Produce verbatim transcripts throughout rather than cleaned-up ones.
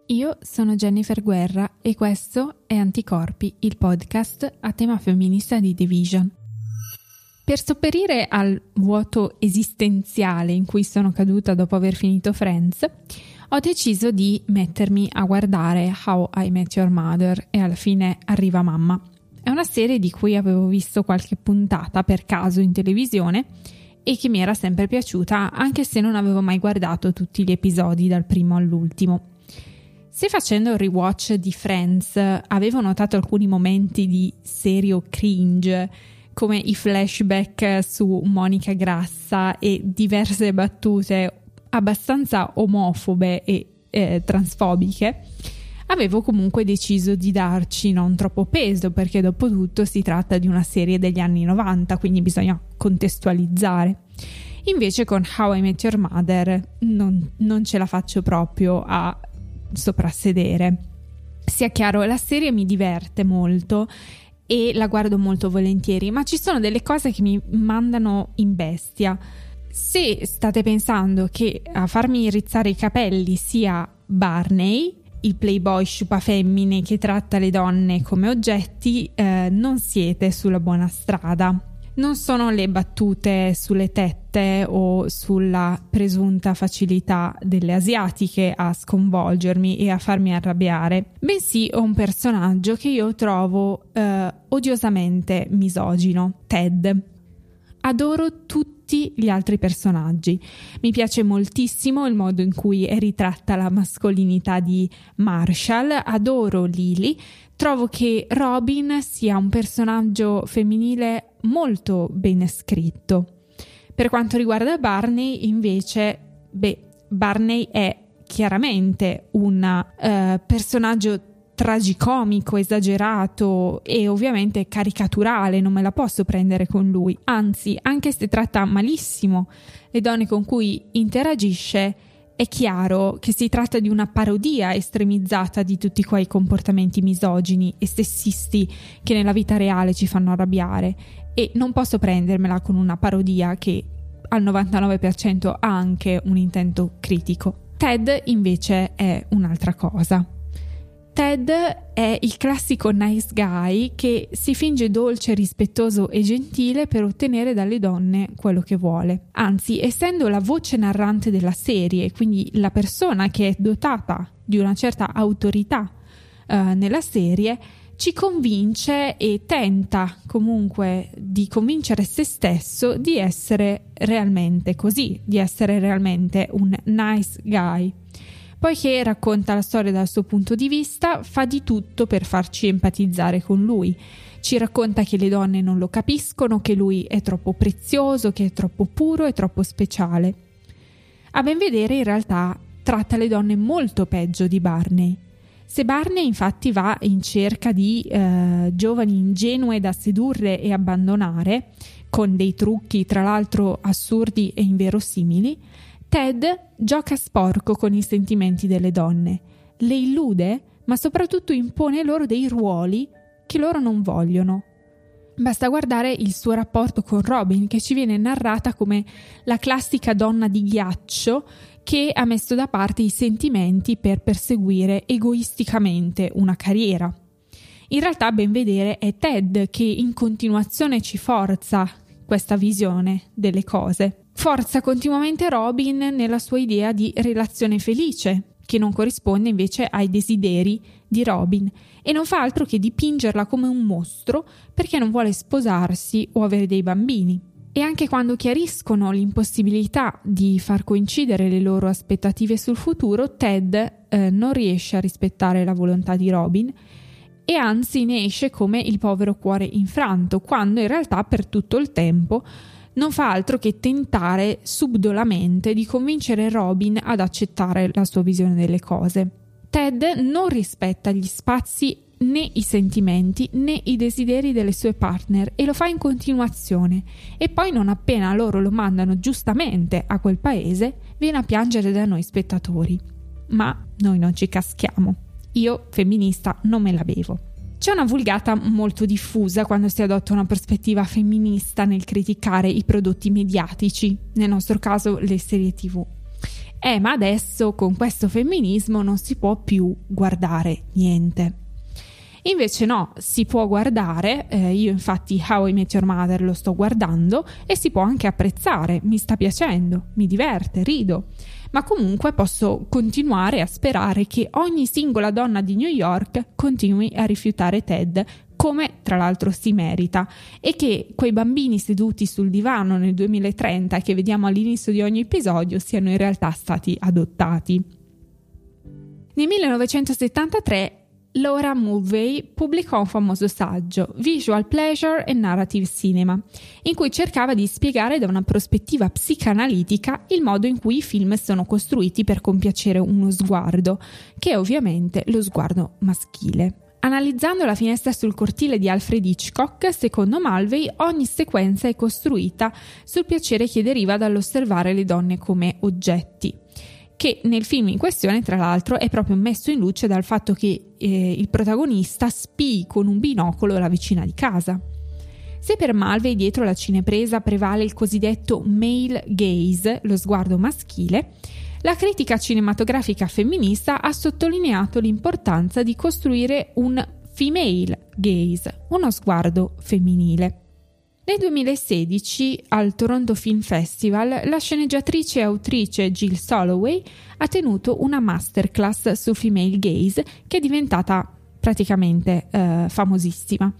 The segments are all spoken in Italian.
Io sono Jennifer Guerra e questo è Anticorpi, il podcast a tema femminista di The Vision. Per sopperire al vuoto esistenziale in cui sono caduta dopo aver finito Friends, ho deciso di mettermi a guardare How I Met Your Mother e alla fine arriva mamma. È una serie di cui avevo visto qualche puntata per caso in televisione e che mi era sempre piaciuta, anche se non avevo mai guardato tutti gli episodi dal primo all'ultimo. Se facendo il rewatch di Friends avevo notato alcuni momenti di serio cringe, come i flashback su Monica Grassa e diverse battute abbastanza omofobe e eh, transfobiche, avevo comunque deciso di darci non troppo peso, perché dopo tutto si tratta di una serie degli anni novanta, quindi bisogna contestualizzare. Invece con How I Met Your Mother non, non ce la faccio proprio a soprassedere. Sia chiaro, la serie mi diverte molto e la guardo molto volentieri, ma ci sono delle cose che mi mandano in bestia. Se state pensando che a farmi rizzare i capelli sia Barney, il playboy sciupafemmine che tratta le donne come oggetti, eh, non siete sulla buona strada. Non sono le battute sulle tette o sulla presunta facilità delle asiatiche a sconvolgermi e a farmi arrabbiare, bensì ho un personaggio che io trovo eh, odiosamente misogino, Ted. Adoro tutti gli altri personaggi. Mi piace moltissimo il modo in cui è ritratta la mascolinità di Marshall, adoro Lily. Trovo che Robin sia un personaggio femminile molto ben scritto. Per quanto riguarda Barney, invece, beh, Barney è chiaramente un uh, personaggio tragicomico, esagerato e ovviamente caricaturale, non me la posso prendere con lui. Anzi, anche se tratta malissimo le donne con cui interagisce, è chiaro che si tratta di una parodia estremizzata di tutti quei comportamenti misogini e sessisti che nella vita reale ci fanno arrabbiare, e non posso prendermela con una parodia che al novantanove per cento ha anche un intento critico. Ted invece è un'altra cosa. Ted è il classico nice guy che si finge dolce, rispettoso e gentile per ottenere dalle donne quello che vuole. Anzi, essendo la voce narrante della serie, quindi la persona che è dotata di una certa autorità uh, nella serie, ci convince e tenta comunque di convincere se stesso di essere realmente così, di essere realmente un nice guy. Poiché racconta la storia dal suo punto di vista, fa di tutto per farci empatizzare con lui. Ci racconta che le donne non lo capiscono, che lui è troppo prezioso, che è troppo puro e troppo speciale. A ben vedere, in realtà, tratta le donne molto peggio di Barney. Se Barney infatti va in cerca di eh, giovani ingenue da sedurre e abbandonare, con dei trucchi tra l'altro assurdi e inverosimili, Ted gioca sporco con i sentimenti delle donne, le illude, ma soprattutto impone loro dei ruoli che loro non vogliono. Basta guardare il suo rapporto con Robin, che ci viene narrata come la classica donna di ghiaccio che ha messo da parte i sentimenti per perseguire egoisticamente una carriera. In realtà, a ben vedere, è Ted che in continuazione ci forza questa visione delle cose. Forza continuamente Robin nella sua idea di relazione felice, che non corrisponde invece ai desideri di Robin, e non fa altro che dipingerla come un mostro perché non vuole sposarsi o avere dei bambini. E anche quando chiariscono l'impossibilità di far coincidere le loro aspettative sul futuro, Ted eh, non riesce a rispettare la volontà di Robin e anzi ne esce come il povero cuore infranto, quando in realtà per tutto il tempo non fa altro che tentare subdolamente di convincere Robin ad accettare la sua visione delle cose. Ted non rispetta gli spazi, né i sentimenti, né i desideri delle sue partner, e lo fa in continuazione. E poi, non appena loro lo mandano giustamente a quel paese, viene a piangere da noi spettatori. Ma noi non ci caschiamo. Io, femminista, non me la bevo. C'è una vulgata molto diffusa quando si adotta una prospettiva femminista nel criticare i prodotti mediatici, nel nostro caso le serie tivù. Eh, ma adesso con questo femminismo non si può più guardare niente. Invece no, si può guardare, eh, io infatti How I Met Your Mother lo sto guardando e si può anche apprezzare, mi sta piacendo, mi diverte, rido, ma comunque posso continuare a sperare che ogni singola donna di New York continui a rifiutare Ted, come tra l'altro si merita, e che quei bambini seduti sul divano nel duemilatrenta che vediamo all'inizio di ogni episodio siano in realtà stati adottati. Nel millenovecentosettantatré Laura Mulvey pubblicò un famoso saggio, Visual Pleasure and Narrative Cinema, in cui cercava di spiegare da una prospettiva psicanalitica il modo in cui i film sono costruiti per compiacere uno sguardo, che è ovviamente lo sguardo maschile. Analizzando La finestra sul cortile di Alfred Hitchcock, secondo Mulvey ogni sequenza è costruita sul piacere che deriva dall'osservare le donne come oggetti, che nel film in questione tra l'altro è proprio messo in luce dal fatto che eh, il protagonista spii con un binocolo la vicina di casa. Se per Mulvey dietro la cinepresa prevale il cosiddetto male gaze, lo sguardo maschile, la critica cinematografica femminista ha sottolineato l'importanza di costruire un female gaze, uno sguardo femminile. Nel duemilasedici, al Toronto Film Festival, la sceneggiatrice e autrice Jill Soloway ha tenuto una masterclass su female gaze che è diventata praticamente eh, famosissima.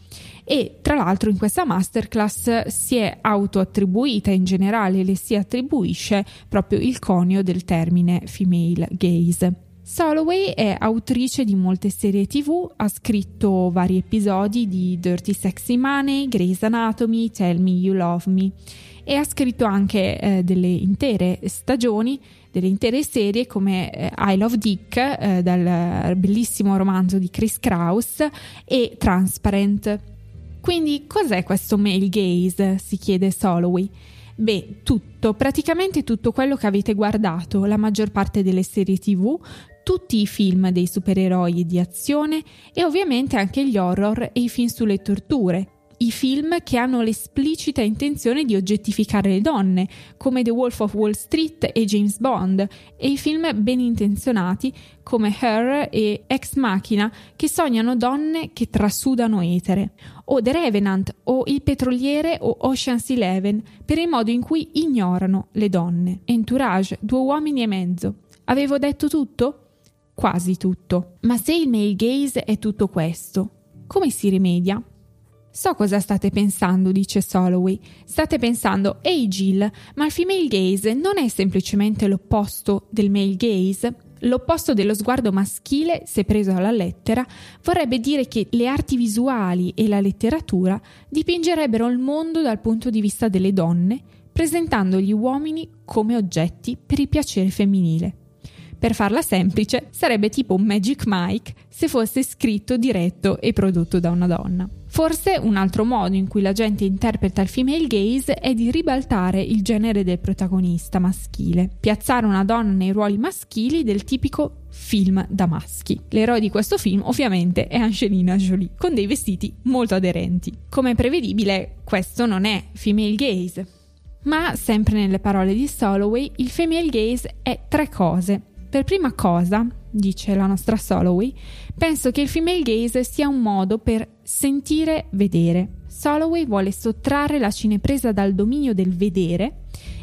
E tra l'altro in questa masterclass si è autoattribuita, in generale le si attribuisce proprio il conio del termine female gaze. Soloway è autrice di molte serie tivù, ha scritto vari episodi di Dirty Sexy Money, Grey's Anatomy, Tell Me You Love Me e ha scritto anche eh, delle intere stagioni, delle intere serie come eh, I Love Dick eh, dal bellissimo romanzo di Chris Kraus e Transparent. Quindi cos'è questo male gaze? Si chiede Soloway. Beh, tutto, praticamente tutto quello che avete guardato, la maggior parte delle serie tivù, tutti i film dei supereroi e di azione e ovviamente anche gli horror e i film sulle torture, i film che hanno l'esplicita intenzione di oggettificare le donne, come The Wolf of Wall Street e James Bond, e i film ben intenzionati come Her e Ex Machina, che sognano donne che trasudano etere, o The Revenant o Il Petroliere o Ocean's Eleven, per il modo in cui ignorano le donne. Entourage, Due uomini e mezzo. Avevo detto tutto? Quasi tutto. Ma se il male gaze è tutto questo, come si rimedia? So cosa state pensando, dice Soloway. State pensando, ehi Jill, ma il female gaze non è semplicemente l'opposto del male gaze? L'opposto dello sguardo maschile, se preso alla lettera, vorrebbe dire che le arti visuali e la letteratura dipingerebbero il mondo dal punto di vista delle donne, presentando gli uomini come oggetti per il piacere femminile. Per farla semplice, sarebbe tipo un Magic Mike se fosse scritto, diretto e prodotto da una donna. Forse un altro modo in cui la gente interpreta il female gaze è di ribaltare il genere del protagonista maschile, piazzare una donna nei ruoli maschili del tipico film da maschi. L'eroe di questo film ovviamente è Angelina Jolie, con dei vestiti molto aderenti. Come prevedibile, questo non è female gaze. Ma, sempre nelle parole di Soloway, il female gaze è tre cose. Per prima cosa, dice la nostra Soloway, penso che il female gaze sia un modo per sentire vedere. Soloway vuole sottrarre la cinepresa dal dominio del vedere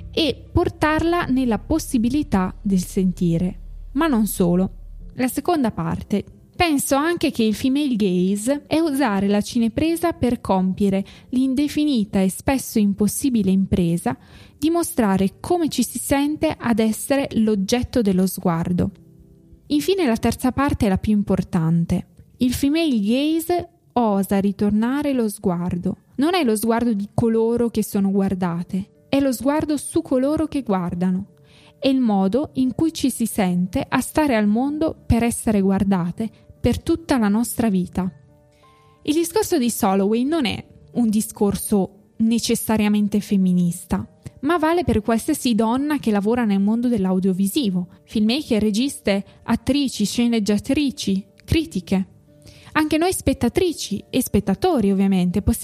e portarla nella possibilità del sentire. Ma non solo. La seconda parte. Penso anche che il female gaze è usare la cinepresa per compiere l'indefinita e spesso impossibile impresa di mostrare come ci si sente ad essere l'oggetto dello sguardo. Infine la terza parte è la più importante. Il female gaze osa ritornare lo sguardo. Non è lo sguardo di coloro che sono guardate, è lo sguardo su coloro che guardano. È il modo in cui ci si sente a stare al mondo per essere guardate per tutta la nostra vita. Il discorso di Soloway non è un discorso necessariamente femminista, ma vale per qualsiasi donna che lavora nel mondo dell'audiovisivo, filmmaker, registe, attrici, sceneggiatrici, critiche. Anche noi spettatrici e spettatori ovviamente possiamo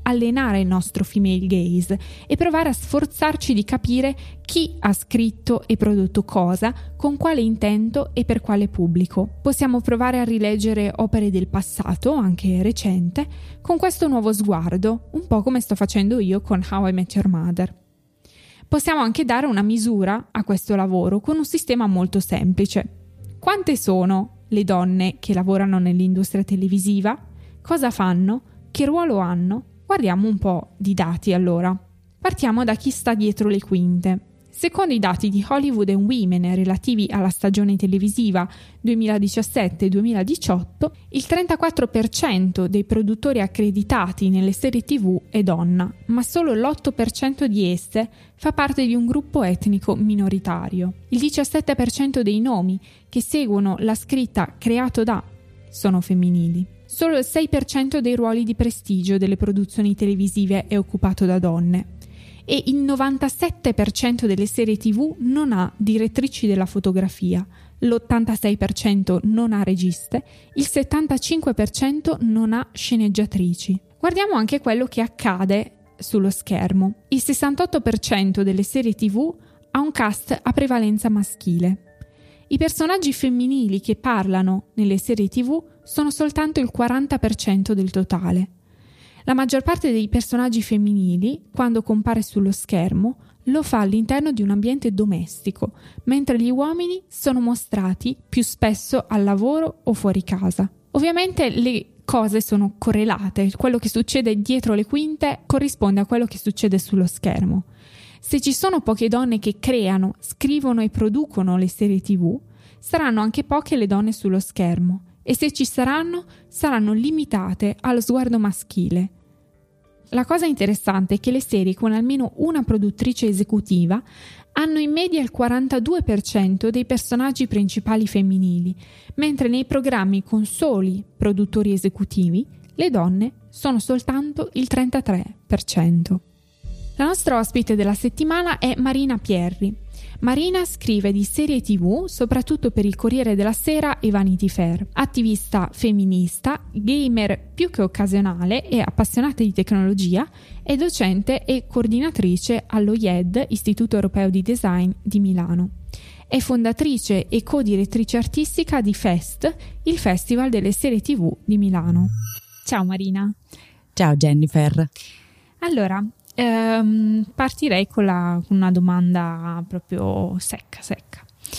allenare il nostro female gaze e provare a sforzarci di capire chi ha scritto e prodotto cosa, con quale intento e per quale pubblico. Possiamo provare a rileggere opere del passato, anche recente, con questo nuovo sguardo, un po' come sto facendo io con How I Met Your Mother. Possiamo anche dare una misura a questo lavoro con un sistema molto semplice. Quante sono le donne che lavorano nell'industria televisiva? Cosa fanno? Che ruolo hanno? Guardiamo un po' di dati allora. Partiamo da chi sta dietro le quinte. Secondo i dati di Hollywood and Women relativi alla stagione televisiva duemiladiciassette duemiladiciotto, il trentaquattro per cento dei produttori accreditati nelle serie tivù è donna, ma solo l'otto per cento di esse fa parte di un gruppo etnico minoritario. Il diciassette per cento dei nomi che seguono la scritta creato da sono femminili. Solo il sei per cento dei ruoli di prestigio delle produzioni televisive è occupato da donne. E il novantasette per cento delle serie tivù non ha direttrici della fotografia, l'ottantasei per cento non ha registe, il settantacinque per cento non ha sceneggiatrici. Guardiamo anche quello che accade sullo schermo. Il sessantotto per cento delle serie tivù ha un cast a prevalenza maschile. I personaggi femminili che parlano nelle serie tivù sono soltanto il quaranta per cento del totale. La maggior parte dei personaggi femminili, quando compare sullo schermo, lo fa all'interno di un ambiente domestico, mentre gli uomini sono mostrati più spesso al lavoro o fuori casa. Ovviamente le cose sono correlate, quello che succede dietro le quinte corrisponde a quello che succede sullo schermo. Se ci sono poche donne che creano, scrivono e producono le serie tivù, saranno anche poche le donne sullo schermo. E se ci saranno, saranno limitate allo sguardo maschile. La cosa interessante è che le serie con almeno una produttrice esecutiva hanno in media il quarantadue per cento dei personaggi principali femminili, mentre nei programmi con soli produttori esecutivi le donne sono soltanto il trentatré per cento. La nostra ospite della settimana è Marina Pierri. Marina scrive di serie tivù soprattutto per il Corriere della Sera e Vanity Fair. Attivista femminista, gamer più che occasionale e appassionata di tecnologia, è docente e coordinatrice allo I E D, Istituto Europeo di Design di Milano. È fondatrice e co-direttrice artistica di Fest, il Festival delle serie tivù di Milano. Ciao Marina. Ciao Jennifer. Allora, ehm, partirei con, la, con una domanda proprio secca, secca.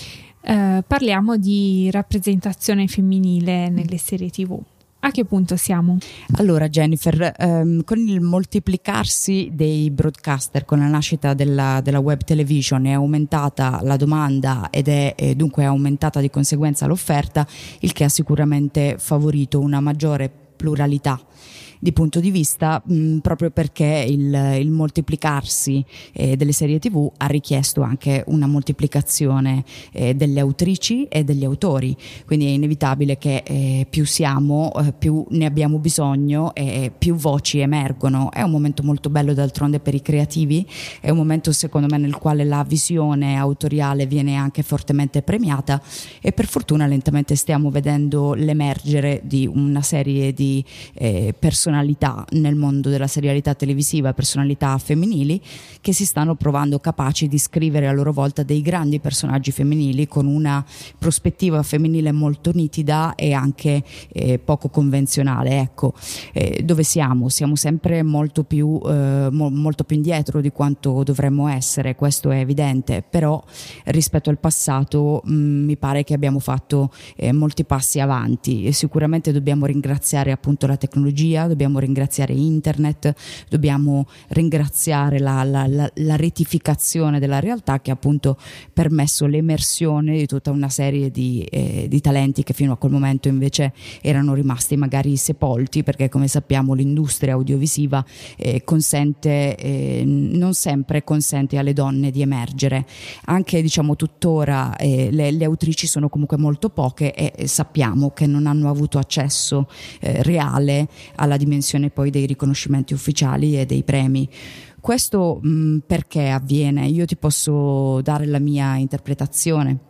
Eh, parliamo di rappresentazione femminile nelle serie tivù. A che punto siamo? Allora Jennifer, ehm, con il moltiplicarsi dei broadcaster, con la nascita della, della web television, è aumentata la domanda ed è eh, dunque aumentata di conseguenza l'offerta, il che ha sicuramente favorito una maggiore pluralità di punto di vista, mh, proprio perché il, il moltiplicarsi eh, delle serie tivù ha richiesto anche una moltiplicazione eh, delle autrici e degli autori, quindi è inevitabile che eh, più siamo, eh, più ne abbiamo bisogno e più voci emergono. È un momento molto bello d'altronde per i creativi, è un momento secondo me nel quale la visione autoriale viene anche fortemente premiata e per fortuna lentamente stiamo vedendo l'emergere di una serie di eh, personaggi personalità nel mondo della serialità televisiva, personalità femminili che si stanno provando capaci di scrivere a loro volta dei grandi personaggi femminili con una prospettiva femminile molto nitida e anche eh, poco convenzionale. Ecco, eh, dove siamo? Siamo sempre molto più, eh, mo- molto più indietro di quanto dovremmo essere, questo è evidente, però rispetto al passato mh, mi pare che abbiamo fatto eh, molti passi avanti e sicuramente dobbiamo ringraziare appunto la tecnologia, dobbiamo ringraziare internet, dobbiamo ringraziare la, la, la, la rettificazione della realtà che ha appunto permesso l'emersione di tutta una serie di, eh, di talenti che fino a quel momento invece erano rimasti magari sepolti, perché come sappiamo l'industria audiovisiva eh, consente, eh, non sempre consente alle donne di emergere, anche diciamo tuttora eh, le, le autrici sono comunque molto poche e, e sappiamo che non hanno avuto accesso eh, reale alla dimensione poi dei riconoscimenti ufficiali e dei premi. Questo mh, perché avviene? Io ti posso dare la mia interpretazione.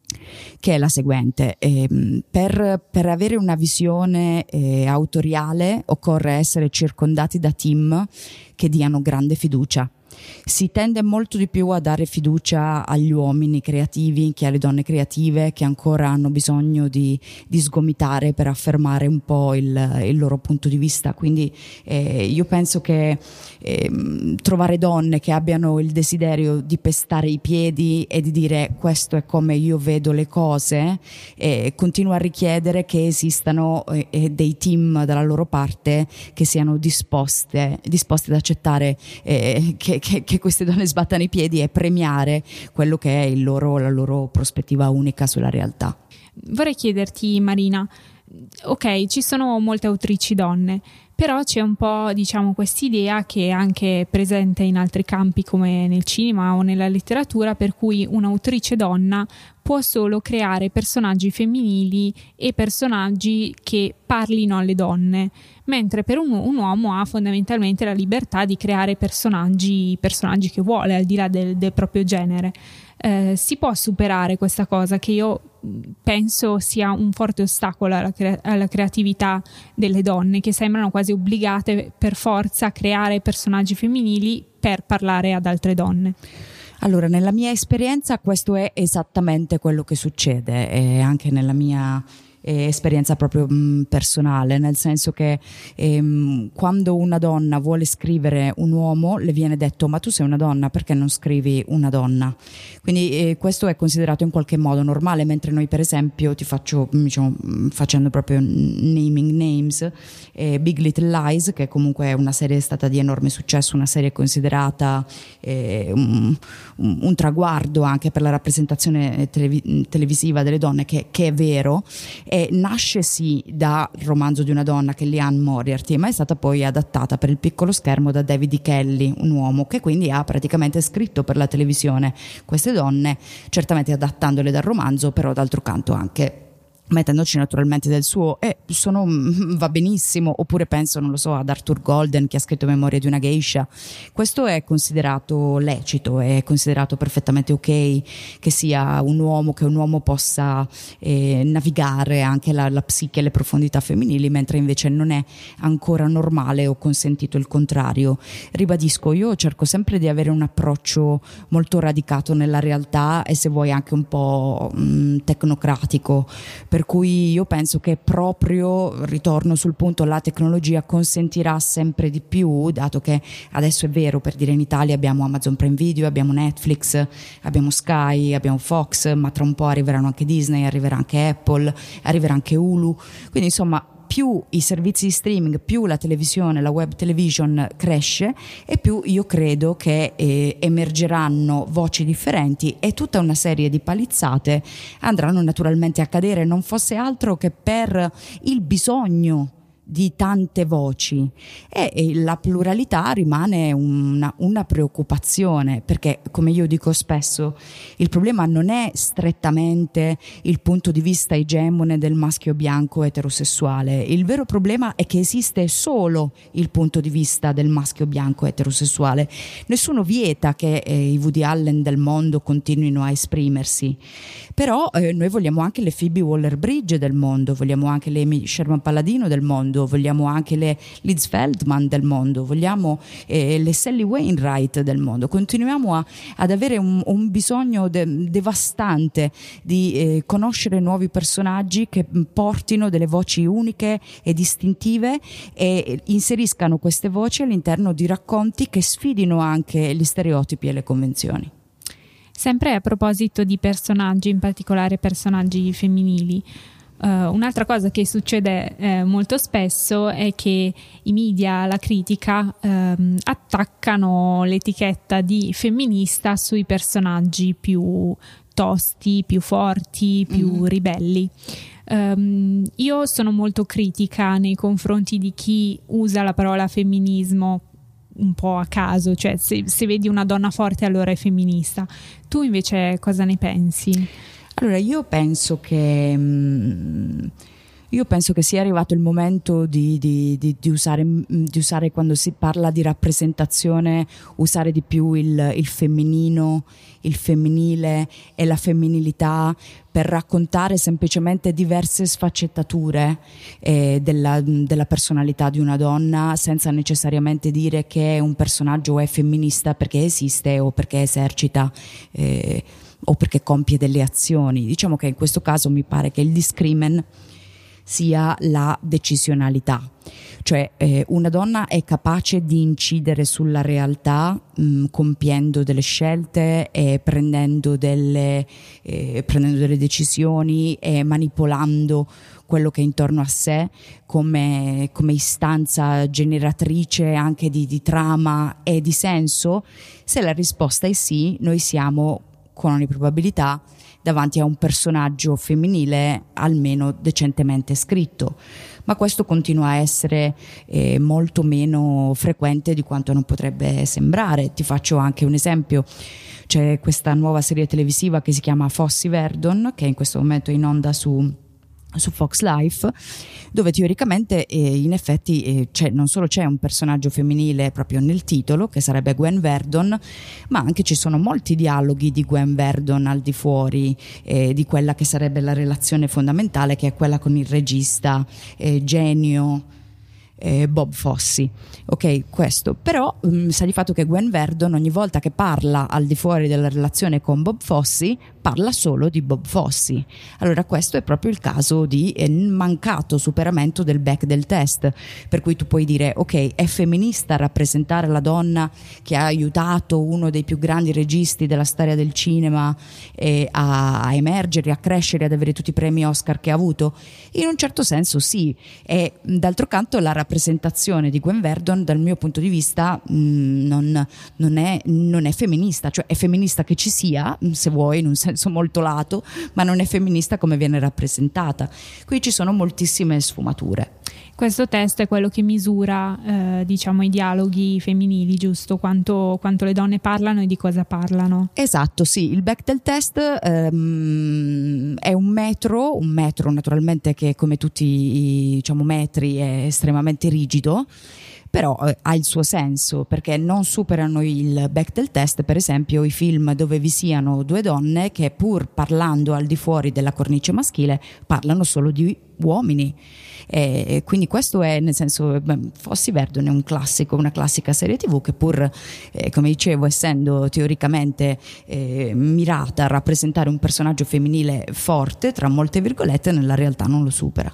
che è la seguente: eh, per, per avere una visione eh, autoriale occorre essere circondati da team che diano grande fiducia. Si tende molto di più a dare fiducia agli uomini creativi che alle donne creative, che ancora hanno bisogno di, di sgomitare per affermare un po' il, il loro punto di vista. Quindi eh, io penso che eh, trovare donne che abbiano il desiderio di pestare i piedi e di dire questo è come io vedo le cose, eh, continua a richiedere che esistano eh, dei team dalla loro parte che siano disposte, disposte ad accettare eh, che Che, che queste donne sbattano i piedi e premiare quello che è il loro, la loro prospettiva unica sulla realtà. Vorrei chiederti, Marina, ok, ci sono molte autrici donne, però c'è un po', diciamo, quest'idea che è anche presente in altri campi come nel cinema o nella letteratura, per cui un'autrice donna può solo creare personaggi femminili e personaggi che parlino alle donne, mentre per un, un uomo ha fondamentalmente la libertà di creare personaggi, personaggi che vuole, al di là del, del proprio genere. Eh, si può superare questa cosa, che io penso sia un forte ostacolo alla, cre- alla creatività delle donne, che sembrano quasi obbligate per forza a creare personaggi femminili per parlare ad altre donne. Allora, nella mia esperienza questo è esattamente quello che succede, e anche nella mia eh, esperienza proprio mh, personale, nel senso che ehm, quando una donna vuole scrivere un uomo le viene detto: ma tu sei una donna, perché non scrivi una donna? Quindi eh, questo è considerato in qualche modo normale, mentre noi, per esempio, ti faccio, diciamo, facendo proprio naming names, eh, Big Little Lies, che comunque è una serie stata di enorme successo, una serie considerata eh, un, un, un traguardo anche per la rappresentazione televi- televisiva delle donne, che, che è vero. E nasce sì dal romanzo di una donna, che è Liane Moriarty, ma è stata poi adattata per il piccolo schermo da David E. Kelly, un uomo che quindi ha praticamente scritto per la televisione queste donne, certamente adattandole dal romanzo, però d'altro canto anche mettendoci naturalmente del suo, e sono, va benissimo. Oppure penso, non lo so, ad Arthur Golden, che ha scritto Memorie di una geisha. Questo è considerato lecito, è considerato perfettamente ok che sia un uomo, che un uomo possa eh, navigare anche la, la psiche e le profondità femminili, mentre invece non è ancora normale o consentito il contrario. Ribadisco, io cerco sempre di avere un approccio molto radicato nella realtà e, se vuoi, anche un po' mh, tecnocratico. Per cui io penso che proprio, ritorno sul punto, la tecnologia consentirà sempre di più, dato che adesso è vero, per dire, in Italia abbiamo Amazon Prime Video, abbiamo Netflix, abbiamo Sky, abbiamo Fox, ma tra un po' arriveranno anche Disney, arriverà anche Apple, arriverà anche Hulu. Quindi insomma, più i servizi di streaming, più la televisione, la web television cresce, e più io credo che eh, emergeranno voci differenti, e tutta una serie di palizzate andranno naturalmente a cadere, non fosse altro che per il bisogno di tante voci. E, e la pluralità rimane una, una preoccupazione, perché, come io dico spesso, il problema non è strettamente il punto di vista egemone del maschio bianco eterosessuale. Il vero problema è che esiste solo il punto di vista del maschio bianco eterosessuale. Nessuno vieta che eh, i Woody Allen del mondo continuino a esprimersi, però eh, noi vogliamo anche le Phoebe Waller-Bridge del mondo, vogliamo anche le Amy Sherman-Palladino del mondo, vogliamo anche le Liz Feldman del mondo, vogliamo eh, le Sally Wainwright del mondo. Continuiamo a, ad avere un, un bisogno de, devastante di eh, conoscere nuovi personaggi che portino delle voci uniche e distintive e inseriscano queste voci all'interno di racconti che sfidino anche gli stereotipi e le convenzioni. Sempre a proposito di personaggi, in particolare personaggi femminili, Uh, un'altra cosa che succede eh, molto spesso è che i media, la critica, ehm, attaccano l'etichetta di femminista sui personaggi più tosti, più forti, più mm-hmm. ribelli. Um, io sono molto critica nei confronti di chi usa la parola femminismo un po' a caso, cioè se, se vedi una donna forte allora è femminista. Tu invece cosa ne pensi? Allora, io penso che mh, Io penso che sia arrivato il momento di, di, di, di, usare, di usare, quando si parla di rappresentazione, usare di più il, il femminino, il femminile e la femminilità per raccontare semplicemente diverse sfaccettature eh, della, della personalità di una donna, senza necessariamente dire che un personaggio è femminista perché esiste o perché esercita eh, o perché compie delle azioni. Diciamo che in questo caso mi pare che il discrimen sia la decisionalità, cioè eh, una donna è capace di incidere sulla realtà mh, compiendo delle scelte e prendendo delle, eh, prendendo delle decisioni e manipolando quello che è intorno a sé come, come istanza generatrice anche di, di trama e di senso. Se la risposta è sì, noi siamo con ogni probabilità davanti a un personaggio femminile almeno decentemente scritto, ma questo continua a essere eh, molto meno frequente di quanto non potrebbe sembrare. Ti faccio anche un esempio: c'è questa nuova serie televisiva che si chiama Fosse Verdon, che in questo momento è in onda su su Fox Life, dove teoricamente eh, in effetti eh, c'è, non solo c'è un personaggio femminile proprio nel titolo, che sarebbe Gwen Verdon, ma anche ci sono molti dialoghi di Gwen Verdon al di fuori eh, di quella che sarebbe la relazione fondamentale, che è quella con il regista eh, genio eh, Bob Fosse. Ok, questo però mh, sa di fatto che Gwen Verdon ogni volta che parla al di fuori della relazione con Bob Fosse parla solo di Bob Fosse. Allora questo è proprio il caso di eh, mancato superamento del Bechdel test, per cui tu puoi dire ok, è femminista rappresentare la donna che ha aiutato uno dei più grandi registi della storia del cinema eh, a, a emergere, a crescere, ad avere tutti i premi Oscar che ha avuto? In un certo senso sì, e d'altro canto la rappresentazione di Gwen Verdon dal mio punto di vista mh, non, non, è, non è femminista, cioè è femminista che ci sia, se vuoi, in un senso molto lato, ma non è femminista come viene rappresentata. Qui ci sono moltissime sfumature. Questo test è quello che misura eh, diciamo i dialoghi femminili, giusto? Quanto, quanto le donne parlano e di cosa parlano. Esatto, sì, il Bechdel test ehm, è un metro, un metro naturalmente che come tutti i diciamo, metri è estremamente rigido, però eh, ha il suo senso, perché non superano il Bechdel test per esempio i film dove vi siano due donne che pur parlando al di fuori della cornice maschile parlano solo di uomini. E quindi questo è, nel senso, Fosse Verdon è un classico, una classica serie tv che pur eh, come dicevo, essendo teoricamente eh, mirata a rappresentare un personaggio femminile forte tra molte virgolette, nella realtà non lo supera.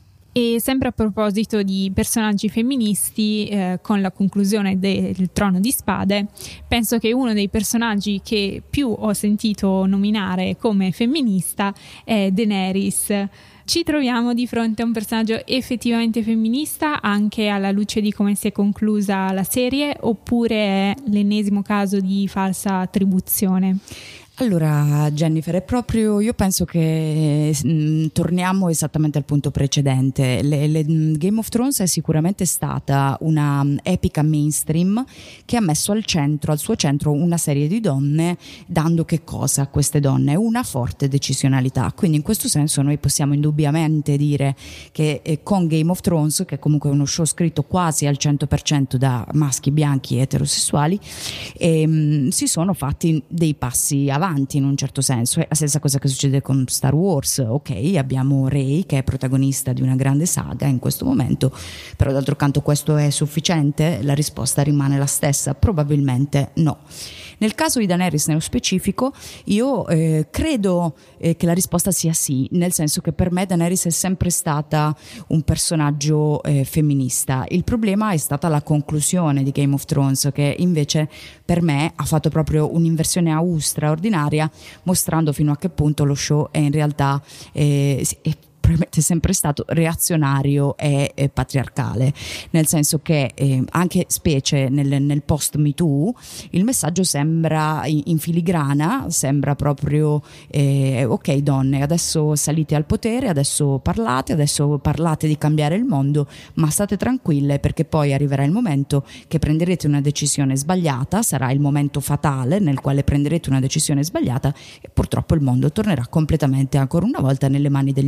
E sempre a proposito di personaggi femministi, eh, con la conclusione del Trono di Spade, penso che uno dei personaggi che più ho sentito nominare come femminista è Daenerys. Ci troviamo di fronte a un personaggio effettivamente femminista anche alla luce di come si è conclusa la serie, oppure è l'ennesimo caso di falsa attribuzione? Allora Jennifer, è proprio, io penso che mh, torniamo esattamente al punto precedente. Le, le, Game of Thrones è sicuramente stata una um, epica mainstream che ha messo al centro, al suo centro una serie di donne, dando che cosa a queste donne? Una forte decisionalità. Quindi in questo senso noi possiamo indubbiamente dire che eh, con Game of Thrones, che comunque è uno show scritto quasi al cento per cento da maschi bianchi eterosessuali, ehm, si sono fatti dei passi avanti in un certo senso. È la stessa cosa che succede con Star Wars. Ok, abbiamo Rey che è protagonista di una grande saga in questo momento, però d'altro canto questo è sufficiente? La risposta rimane la stessa, probabilmente no. Nel caso di Daenerys nello specifico io eh, credo eh, che la risposta sia sì, nel senso che per me Daenerys è sempre stata un personaggio eh, femminista. Il problema è stata la conclusione di Game of Thrones, che invece per me ha fatto proprio un'inversione a U straordinaria, mostrando fino a che punto lo show è in realtà eh, è probabilmente sempre stato reazionario e eh, patriarcale, nel senso che eh, anche specie nel, nel post Me Too il messaggio sembra in, in filigrana, sembra proprio eh, ok donne, adesso salite al potere, adesso parlate, adesso parlate di cambiare il mondo, ma state tranquille perché poi arriverà il momento che prenderete una decisione sbagliata, sarà il momento fatale nel quale prenderete una decisione sbagliata e purtroppo il mondo tornerà completamente ancora una volta nelle mani degli uomini.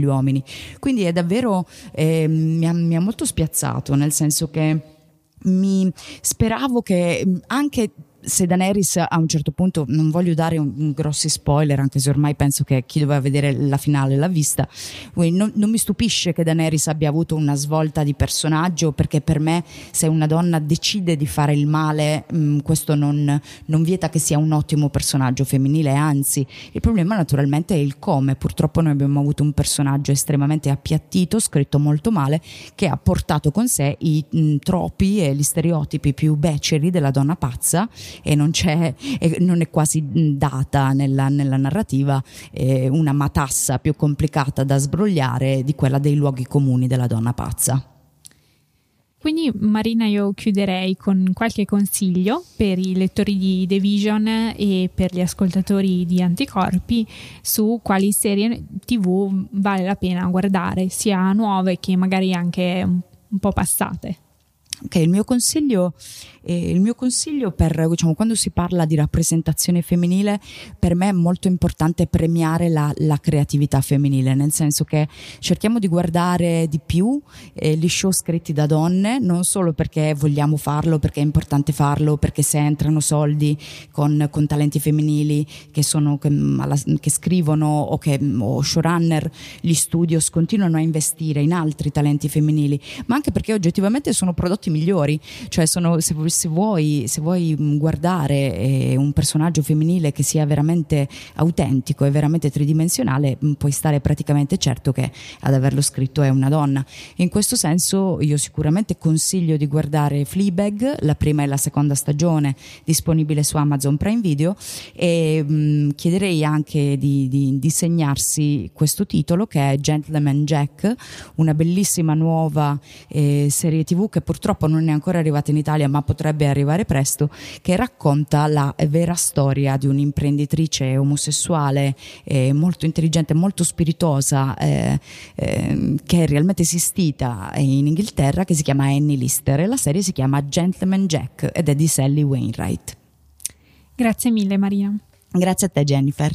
Quindi è davvero eh, mi, ha, mi ha molto spiazzato, nel senso che mi speravo che anche se Daenerys a un certo punto, non voglio dare un, un grossi spoiler anche se ormai penso che chi doveva vedere la finale l'ha vista, non, non mi stupisce che Daenerys abbia avuto una svolta di personaggio, perché per me se una donna decide di fare il male mh, questo non, non vieta che sia un ottimo personaggio femminile, anzi il problema naturalmente è il come. Purtroppo noi abbiamo avuto un personaggio estremamente appiattito, scritto molto male, che ha portato con sé i mh, tropi e gli stereotipi più beceri della donna pazza, e non c'è, e non è quasi data nella, nella narrativa eh, una matassa più complicata da sbrogliare di quella dei luoghi comuni della donna pazza. Quindi Marina, io chiuderei con qualche consiglio per i lettori di The Vision e per gli ascoltatori di Anticorpi su quali serie tivù vale la pena guardare, sia nuove che magari anche un po' passate. Ok, il mio consiglio, eh, il mio consiglio per, diciamo, quando si parla di rappresentazione femminile, per me è molto importante premiare la, la creatività femminile, nel senso che cerchiamo di guardare di più eh, gli show scritti da donne, non solo perché vogliamo farlo, perché è importante farlo, perché se entrano soldi con, con talenti femminili che sono che, che scrivono o che o showrunner, gli studios continuano a investire in altri talenti femminili, ma anche perché oggettivamente sono prodotti migliori, cioè sono, se, se vuoi se vuoi guardare eh, un personaggio femminile che sia veramente autentico e veramente tridimensionale, puoi stare praticamente certo che ad averlo scritto è una donna. In questo senso io sicuramente consiglio di guardare Fleabag, la prima e la seconda stagione, disponibile su Amazon Prime Video, e mh, chiederei anche di, di, di segnarsi questo titolo, che è Gentleman Jack, una bellissima nuova eh, serie tv che purtroppo non è ancora arrivata in Italia ma potrebbe arrivare presto, che racconta la vera storia di un'imprenditrice omosessuale eh, molto intelligente, molto spiritosa, eh, eh, che è realmente esistita in Inghilterra, che si chiama Annie Lister, e la serie si chiama Gentleman Jack ed è di Sally Wainwright. Grazie mille Maria. Grazie a te Jennifer.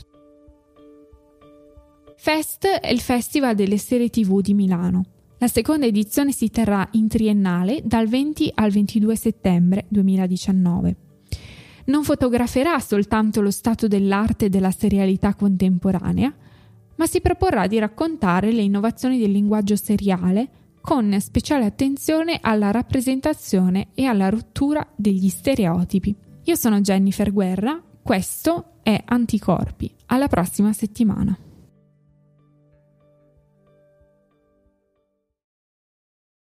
Fest è il Festival delle serie tivù di Milano. La seconda edizione si terrà in triennale dal venti al ventidue settembre duemiladiciannove. Non fotograferà soltanto lo stato dell'arte e della serialità contemporanea, ma si proporrà di raccontare le innovazioni del linguaggio seriale con speciale attenzione alla rappresentazione e alla rottura degli stereotipi. Io sono Jennifer Guerra, questo è Anticorpi. Alla prossima settimana.